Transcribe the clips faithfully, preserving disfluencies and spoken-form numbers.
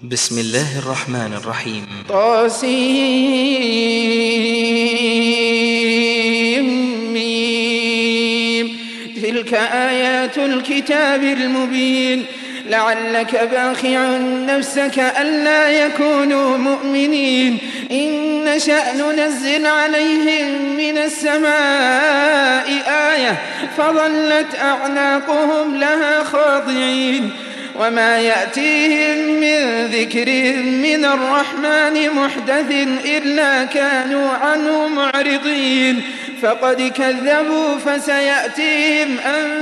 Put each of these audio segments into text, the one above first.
بسم الله الرحمن الرحيم. طاسيم. تلك آيات الكتاب المبين. لعلك باخع نفسك ألا يكونوا مؤمنين إن نشأ ننزل عليهم من السماء آية فظلت أعناقهم لها خاضعين وما يأتيهم من ذكر من الرحمن محدث إلا كانوا عنه معرضين فقد كذبوا فسيأتيهم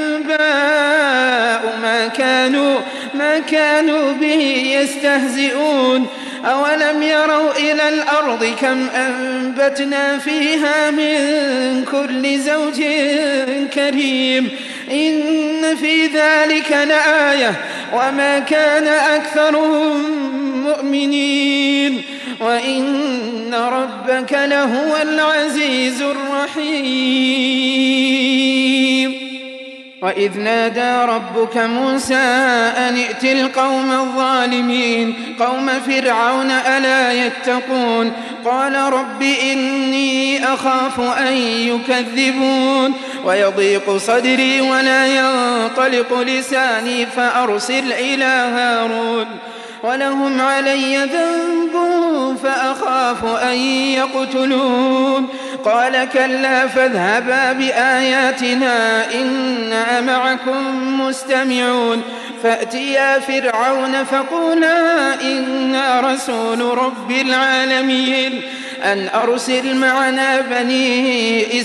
أنباء ما كانوا ما كانوا به يستهزئون أولم يروا إلى الأرض كم أنبتنا فيها من كل زوج كريم إن في ذلك لآية وما كان أكثرهم مؤمنين وإن ربك لهو العزيز الرحيم. وإذ نادى ربك موسى أن ائت القوم الظالمين قوم فرعون ألا يتقون قال رب إني أخاف أن يكذبون ويضيق صدري ولا ينطلق لساني فأرسل إلى هارون ولهم علي ذنب فأخاف أن يقتلون قال كلا فاذهبا بآياتنا إنا معكم مستمعون فأتيا فرعون فقولا إنا رسول رب العالمين أن أرسل معنا بني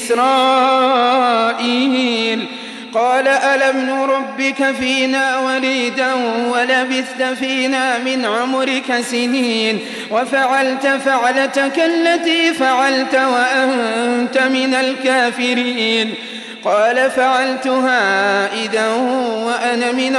إسرائيل قال ألم نربك فينا وليدا ولبثت فينا من عمرك سنين وفعلت فعلتك التي فعلت وأنت من الكافرين قال فعلتها إذا وأنا من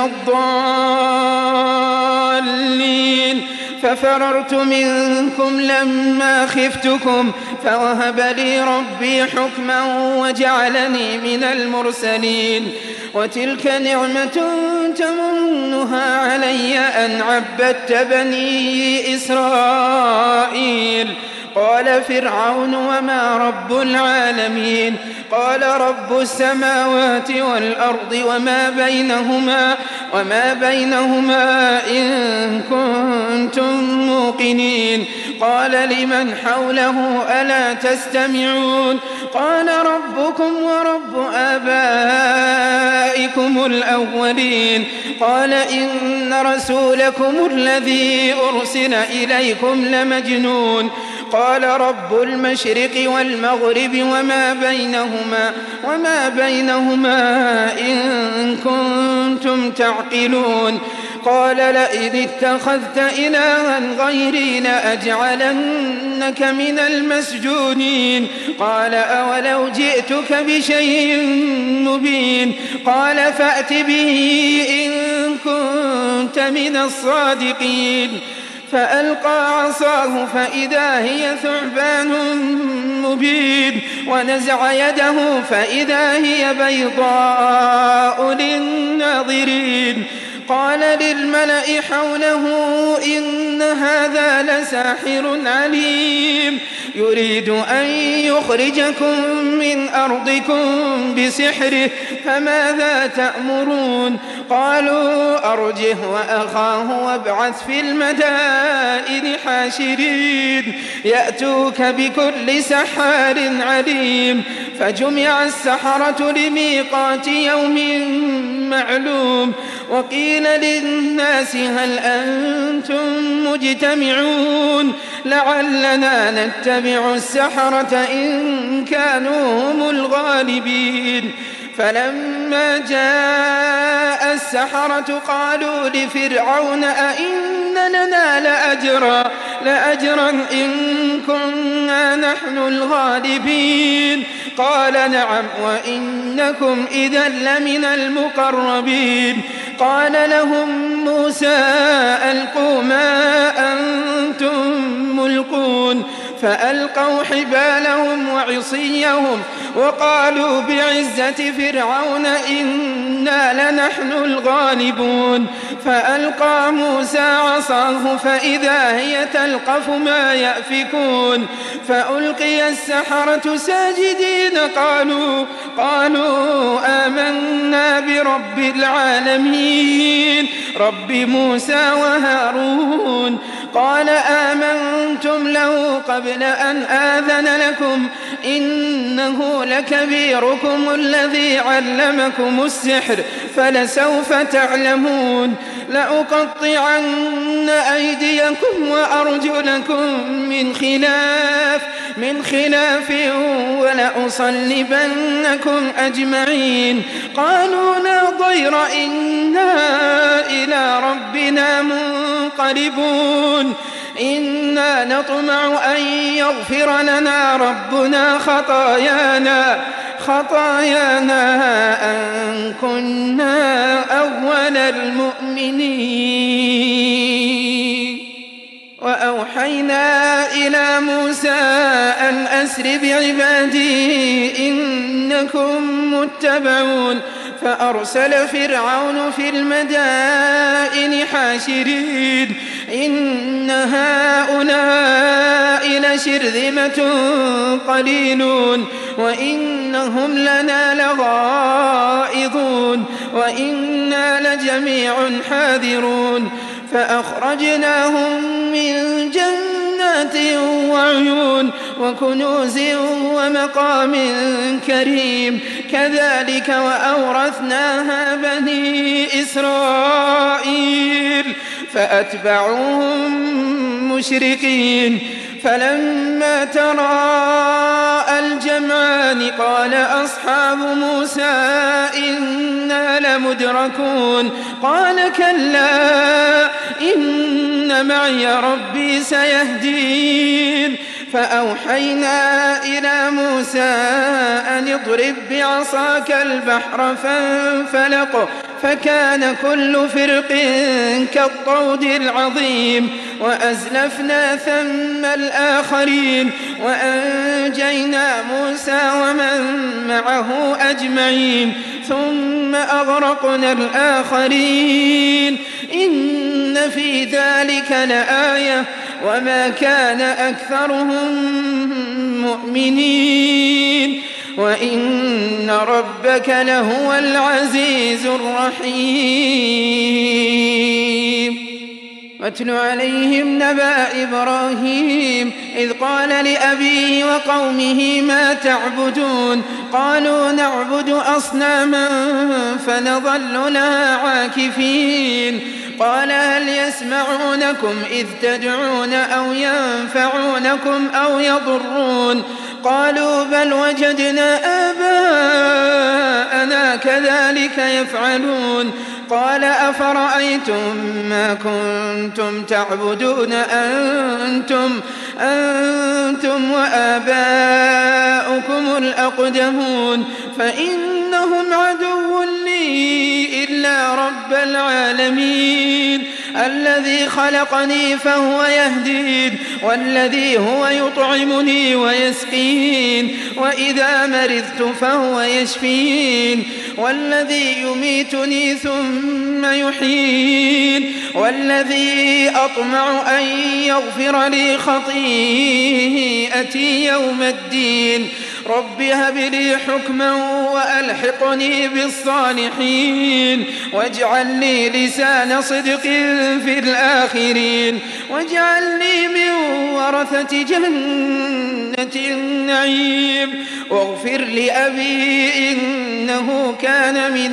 الضالين ففررت منكم لما خفتكم فوهب لي ربي حكما وجعلني من المرسلين وتلك نعمة تمنها علي أن عبدت بني إسرائيل قال فرعون وما رب العالمين قال رب السماوات والأرض وما بينهما وما بينهما إن كنتم موقنين قال لمن حوله ألا تستمعون قال ربكم ورب آبائكم الأولين قال إن رسولكم الذي أرسل إليكم لمجنون قال رب المشرق والمغرب وما بينهما وما بينهما إن كنتم تعقلون قال لئن اتخذت إلها غيري لأجعلنك من المسجونين قال أولو جئتك بشيء مبين قال فأت به إن كنت من الصادقين فألقى عصاه فإذا هي ثعبان مبين ونزع يده فإذا هي بيضاء للناظرين قال للملأ حوله إن هذا لساحر عليم يريد أن يخرجكم من أرضكم بسحره فماذا تأمرون قالوا أرجه وأخاه وابعث في المدائن حاشرين يأتوك بكل سحار عليم فجمع السحرة لميقات يوم معلوم وقيل للناس هل أنتم مجتمعون لعلنا نتبع السحرة إن كانوا هم الغالبين فلما جاء السحرة قالوا لفرعون أئن لنا لأجرا لأجرا إن كنا نحن الغالبين قال نعم وإنكم إذا لمن المقربين قال لهم موسى ألقوا ما أنتم ملقون فألقوا حبالهم وعصيهم وقالوا بعزة فرعون إنا لنحن الغالبون فألقى موسى عصاه فإذا هي تلقف ما يأفكون فألقي السحرة ساجدين قالوا قالوا آمنا برب العالمين رب موسى وهارون قال آمنتم له قبل أن آذن لكم إنه لكبيركم الذي علمكم السحر فلسوف تعلمون لأقطعن أيديكم وأرجلكم من خلاف من خلاف ولأصلبنكم أجمعين قالوا لا ضير إنا إلى ربنا منقلبون إنا نطمع أن يغفر لنا ربنا خطايانا خطايانا أن كنا أول المؤمنين وأوحينا إلى موسى أن أسر بعبادي إنكم متبعون فأرسل فرعون في المدائن حاشرين إن هؤلاء لشرذمة قليلون وإنهم لنا لغائظون وإنا لجميع حاذرون فأخرجناهم من جنات وعيون وكنوز ومقام كريم كذلك وأورثناها بني إسرائيل فأتبعوهم مشرقين فلما تراءى الجمعان قال أصحاب موسى إنا لمدركون قال كلا إن معي ربي سيهدين فأوحينا إلى موسى أن اضرب بعصاك البحر فانفلق فكان كل فرق كالطود العظيم وأزلفنا ثم الآخرين وأنجينا موسى ومن معه أجمعين ثم أغرقنا الآخرين إن في ذلك لآية وما كان أكثرهم مؤمنين وإن ربك لهو العزيز الرحيم واتل عليهم نبأ إبراهيم إذ قال لأبيه وقومه ما تعبدون قالوا نعبد أصناما فنظل لها عاكفين قال هل يسمعونكم إذ تدعون أو ينفعونكم أو يضرون قالوا بل وجدنا آباءنا كذلك يفعلون قال أفرأيتم ما كنتم تعبدون أنتم أنتم وآباؤكم الأقدمون فإنهم عدو لي إلا رب العالمين الذي خلقني فهو يهدين والذي هو يطعمني ويسقين وإذا مرضت فهو يشفين والذي يميتني ثم يحيين والذي أطمع أن يغفر لي خطيئتي يوم الدين رب هب لي حكما وألحقني بالصالحين واجعل لي لسان صدق في الآخرين واجعلني من ورثة جنة النعيم واغفر لأبي إنه كان من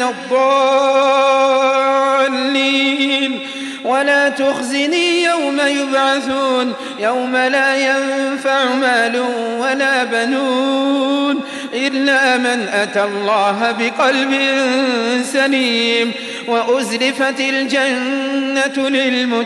الضالين ولا تخزني يوم يبعثون يوم لا ينفع مال ولا بنون إلا من أتى الله بقلب سليم وأزلفت الجنة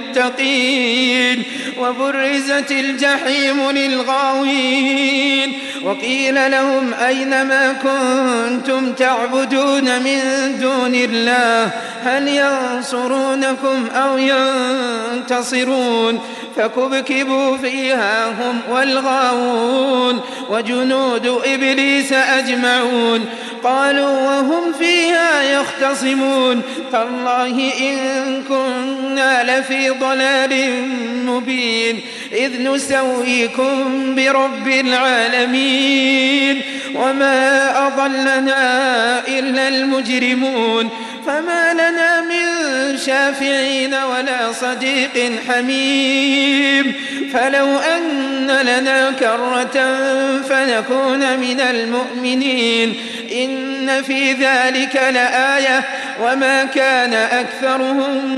للمتقين وبرزت الجحيم للغاوين وقيل لهم أين ما كنتم تعبدون من دون الله هل ينصرونكم أو ينتصرون فكبكبوا فيها هم والغاوون وجنود إبليس أجمعون قالوا وهم فيها يختصمون تالله إن كنا لفي ضلال مبين إذ نسويكم برب العالمين وما أضلنا إلا المجرمون فما لنا من شافعين ولا صديق حميم فلو أن لنا كرة فنكون من المؤمنين إن في ذلك لآية وما كان أكثرهم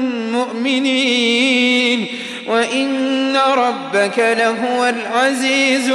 مؤمنين وإن ربك لهو العزيز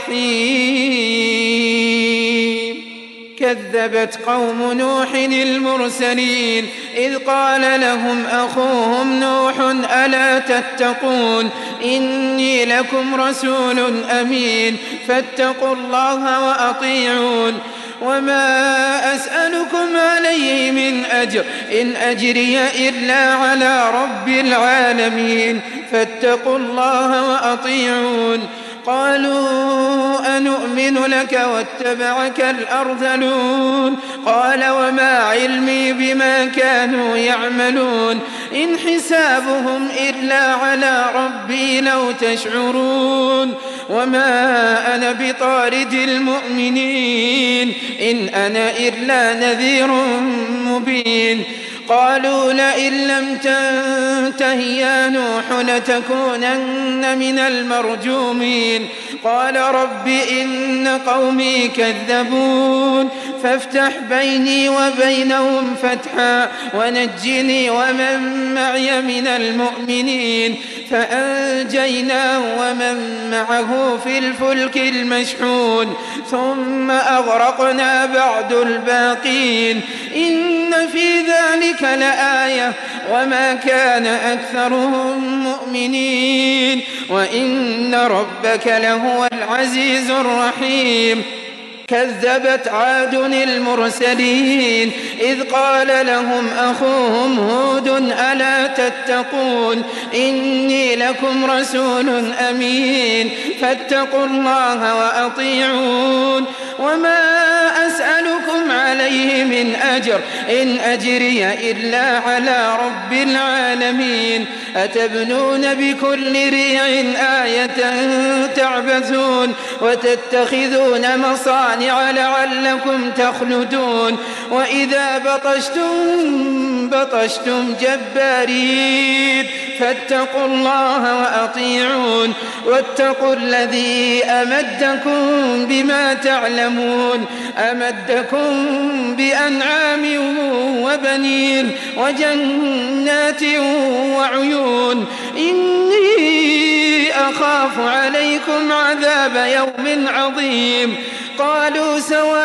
الرحيم كذبت قوم نوح المرسلين إذ قال لهم أخوهم نوح ألا تتقون إني لكم رسول أمين فاتقوا الله وأطيعون وما أسألكم عليه من أجر إن أجري إلا على رب العالمين فاتقوا الله وأطيعون قالوا أنؤمن لك واتبعك الأرذلون قال وما علمي بما كانوا يعملون إن حسابهم إلا على ربي لو تشعرون وما أنا بطارد المؤمنين إن أنا إلا نذير مبين قالوا لئن لم تنته يا نوح لتكونن من المرجومين قال رب إن قومي كذبون فافتح بيني وبينهم فتحا ونجني ومن معي من المؤمنين فأنجيناه ومن معه في الفلك المشحون ثم أغرقنا بعد الباقين إن في ذلك لآية وما كان أكثرهم مؤمنين وإن ربك لهو العزيز الرحيم كذبت عاد المرسلين إذ قال لهم أخوهم هود ألا تتقون إني لكم رسول أمين فاتقوا الله وأطيعون وما أسألكم عليه من أجر إن أجري إلا على رب العالمين أتبنون بكل ريع آية تعبثون وتتخذون مصانع لعلكم تخلدون وإذا بطشتم بطشتم جبارين فاتقوا الله وأطيعون واتقوا الذي أمدكم بما تعلمون أمدكم بأنعام وبنين وجنات وعيون إني أخاف عليكم عذاب يوم عظيم قالوا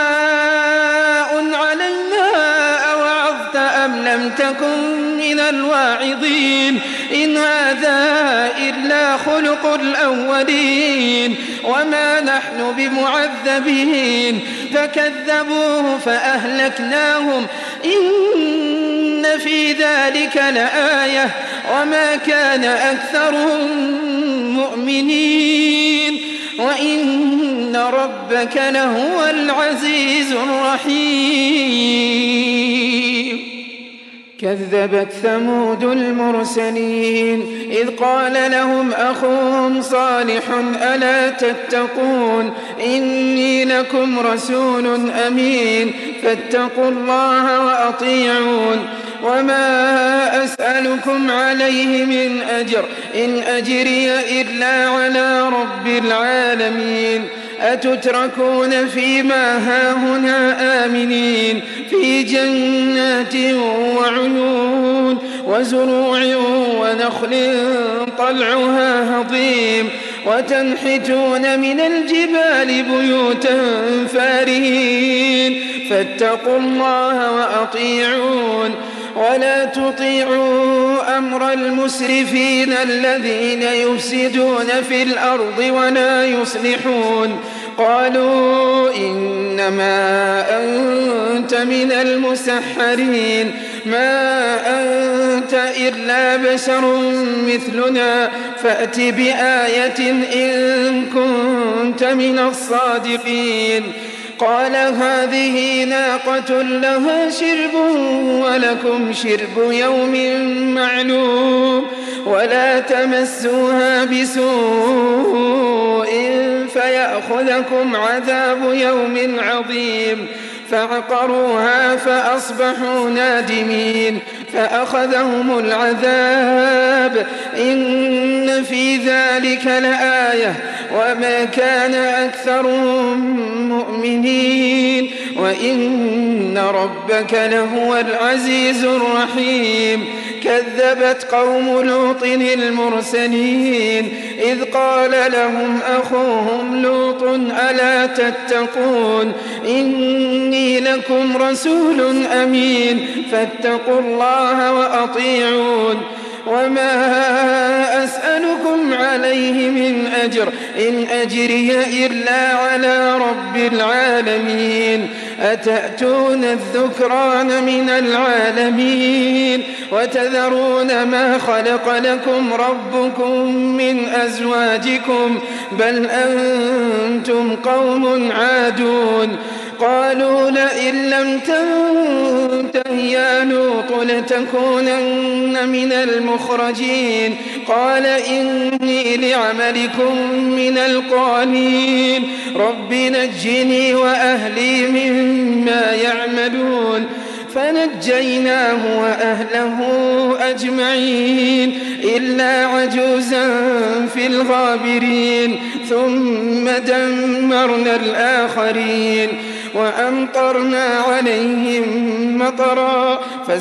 سواء علينا أوعظت أم لم تكن من الواعظين إن هذا إلا خلق الأولين وما نحن بمعذبين فكذبوه فأهلكناهم إن في ذلك لآية وما كان أكثرهم مؤمنين وإن ربك لهو العزيز الرحيم كذبت ثمود المرسلين إذ قال لهم أخوهم صالح ألا تتقون إني لكم رسول أمين فاتقوا الله وأطيعون وما أسألكم عليه من أجر إن أجري إلا على رب العالمين أتتركون فيما هاهنا آمنين في جنات وعيون وزروع ونخل طلعها هضيم وتنحتون من الجبال بيوتا فارهين فاتقوا الله وأطيعون ولا تطيعوا أمر المسرفين الذين يفسدون في الأرض ولا يصلحون قالوا إنما أنت من المسحرين ما أنت إلا بشر مثلنا فأت بآية إن كنت من الصادقين قال هذه ناقة لها شرب ولكم شرب يوم معلوم ولا تمسوها بسوء فيأخذكم عذاب يوم عظيم فعقروها فأصبحوا نادمين فأخذهم العذاب إن في ذلك لآية وما كان أكثرهم مؤمنين وإن ربك لهو العزيز الرحيم كذبت قوم لوط المرسلين إذ قال لهم أخوهم لوط ألا تتقون إني لكم رسول أمين فاتقوا الله وأطيعون وما أسألكم عليه من أجر إن أجري إلا على رب العالمين أتأتون الذكران من العالمين وتذرون ما خلق لكم ربكم من أزواجكم بل أنتم قوم عادون قالوا لئن لم تنته يا لوط لتكونن من المخرجين قال إني لعملكم من القالين رب نجني وأهلي مما يعملون فنجيناه وأهله أجمعين إلا عجوزا في الغابرين ثم دمرنا الآخرين وأمطرنا عليهم مطرا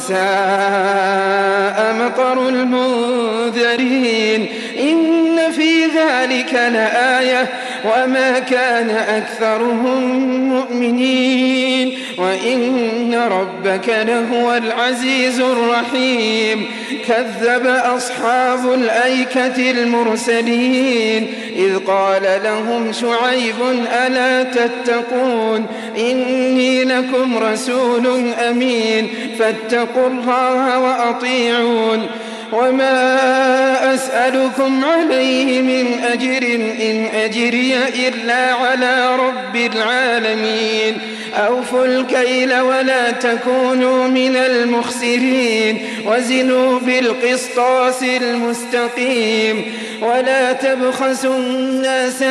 فساء مطر المنذرين إن في ذلك لآية وما كان أكثرهم مؤمنين وإن ربك لهو العزيز الرحيم كذب أصحاب الأيكة المرسلين إذ قال لهم شعيب ألا تتقون إني لكم رسول أمين فاتقوا الله وأطيعون وما أسألكم عليه من أجر إن أجري إلا على رب العالمين أوفوا الكيل ولا تكونوا من المخسرين وزنوا بالقسطاس المستقيم ولا تبخسوا الناس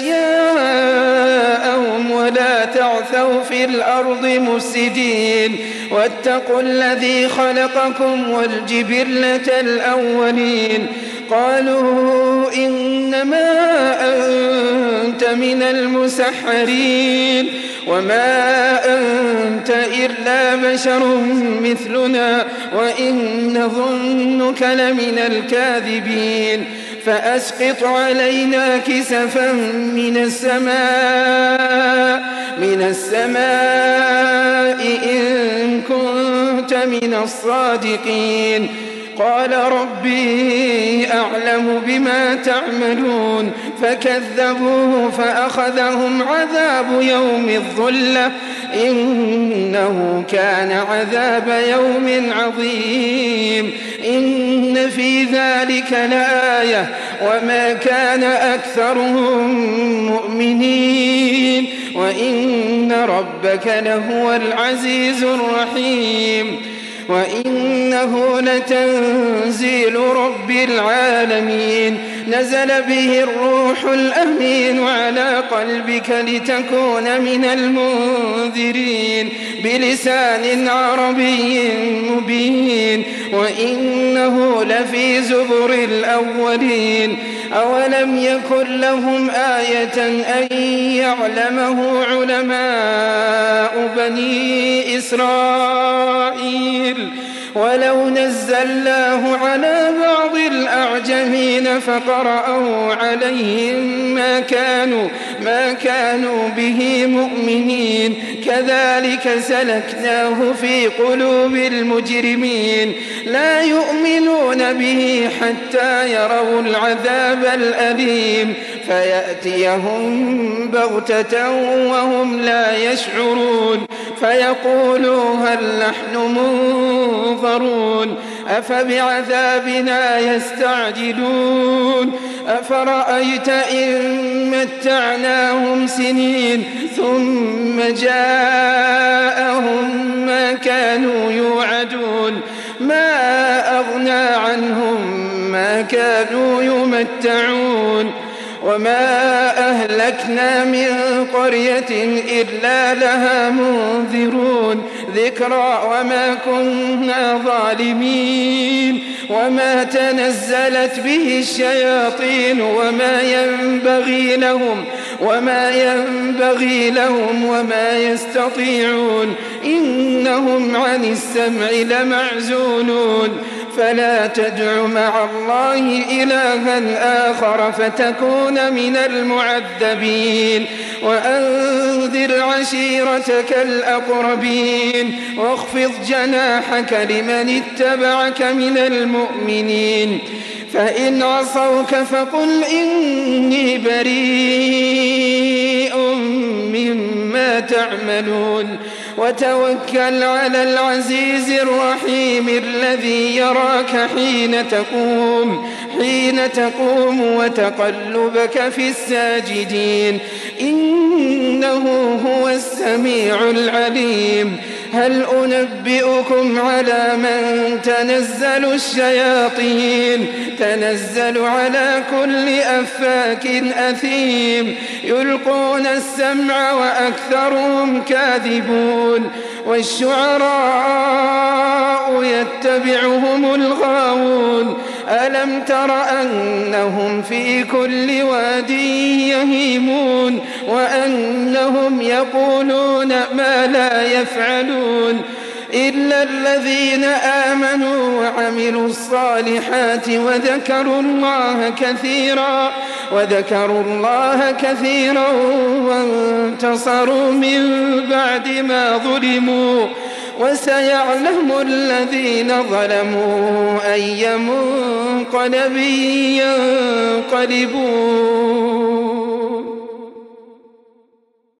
أشياءهم ولا تعثوا في الأرض مفسدين واتقوا الذي خلقكم والجبلة الأولين قالوا إنما أنت من المسحرين وما أنت إلا بشر مثلنا وإن نظنك لمن الكاذبين فأسقط علينا كسفا من السماء من السماء إن كنت من الصادقين قال ربي أعلم بما تعملون فكذبوه فأخذهم عذاب يوم الظلة إنه كان عذاب يوم عظيم إن في ذلك لآية وما كان أكثرهم مؤمنين وإن ربك لهو العزيز الرحيم وإنه لتنزيل رب العالمين نزل به الروح الأمين على قلبك لتكون من المنذرين بلسان عربي مبين وإنه لفي زبر الأولين أولم يكن لهم آية أن يعلمه علماء بني إسرائيل ولو نزلناه على بعض الأعجمين فقرأوا عليهم ما كانوا ما كانوا به مؤمنين كذلك سلكناه في قلوب المجرمين لا يؤمنون به حتى يروا العذاب الأليم فيأتيهم بغتة وهم لا يشعرون فيقولوا هل نحن منظرون أفبعذابنا يستعجلون أفرأيت إن متعناهم سنين ثم جاءهم ما كانوا يوعدون ما أغنى عنهم ما كانوا يمتعون وما أهلكنا من قرية إلا لها منذرون ذكرى وما كنا ظالمين وما تنزلت به الشياطين وما ينبغي لهم وما ينبغي لهم وما يستطيعون إنهم عن السمع لمعزولون فلا تدع مع الله إلها آخر فتكون من المعذبين وأنذر عشيرتك الأقربين واخفض جناحك لمن اتبعك من المؤمنين فإن عصوك فقل إني بريء مما تعملون وتوكل على العزيز الرحيم الذي يراك حين تقوم حين تقوم وتقلبك في الساجدين إنه هو السميع العليم هل أنبئكم على من تنزل الشياطين تنزل على كل أفاك أثيم يلقون السمع وأكثرهم كاذبون والشعراء يتبعهم الغاوون ألم تر أنهم في كل واد يهيمون وأنهم يقولون ما لا يفعلون إلا الذين آمنوا وعملوا الصالحات وذكروا الله كثيرا وذكروا الله كثيرا وانتصروا من بعد ما ظلموا وسيعلم الذين ظلموا أي منقلب ينقلبون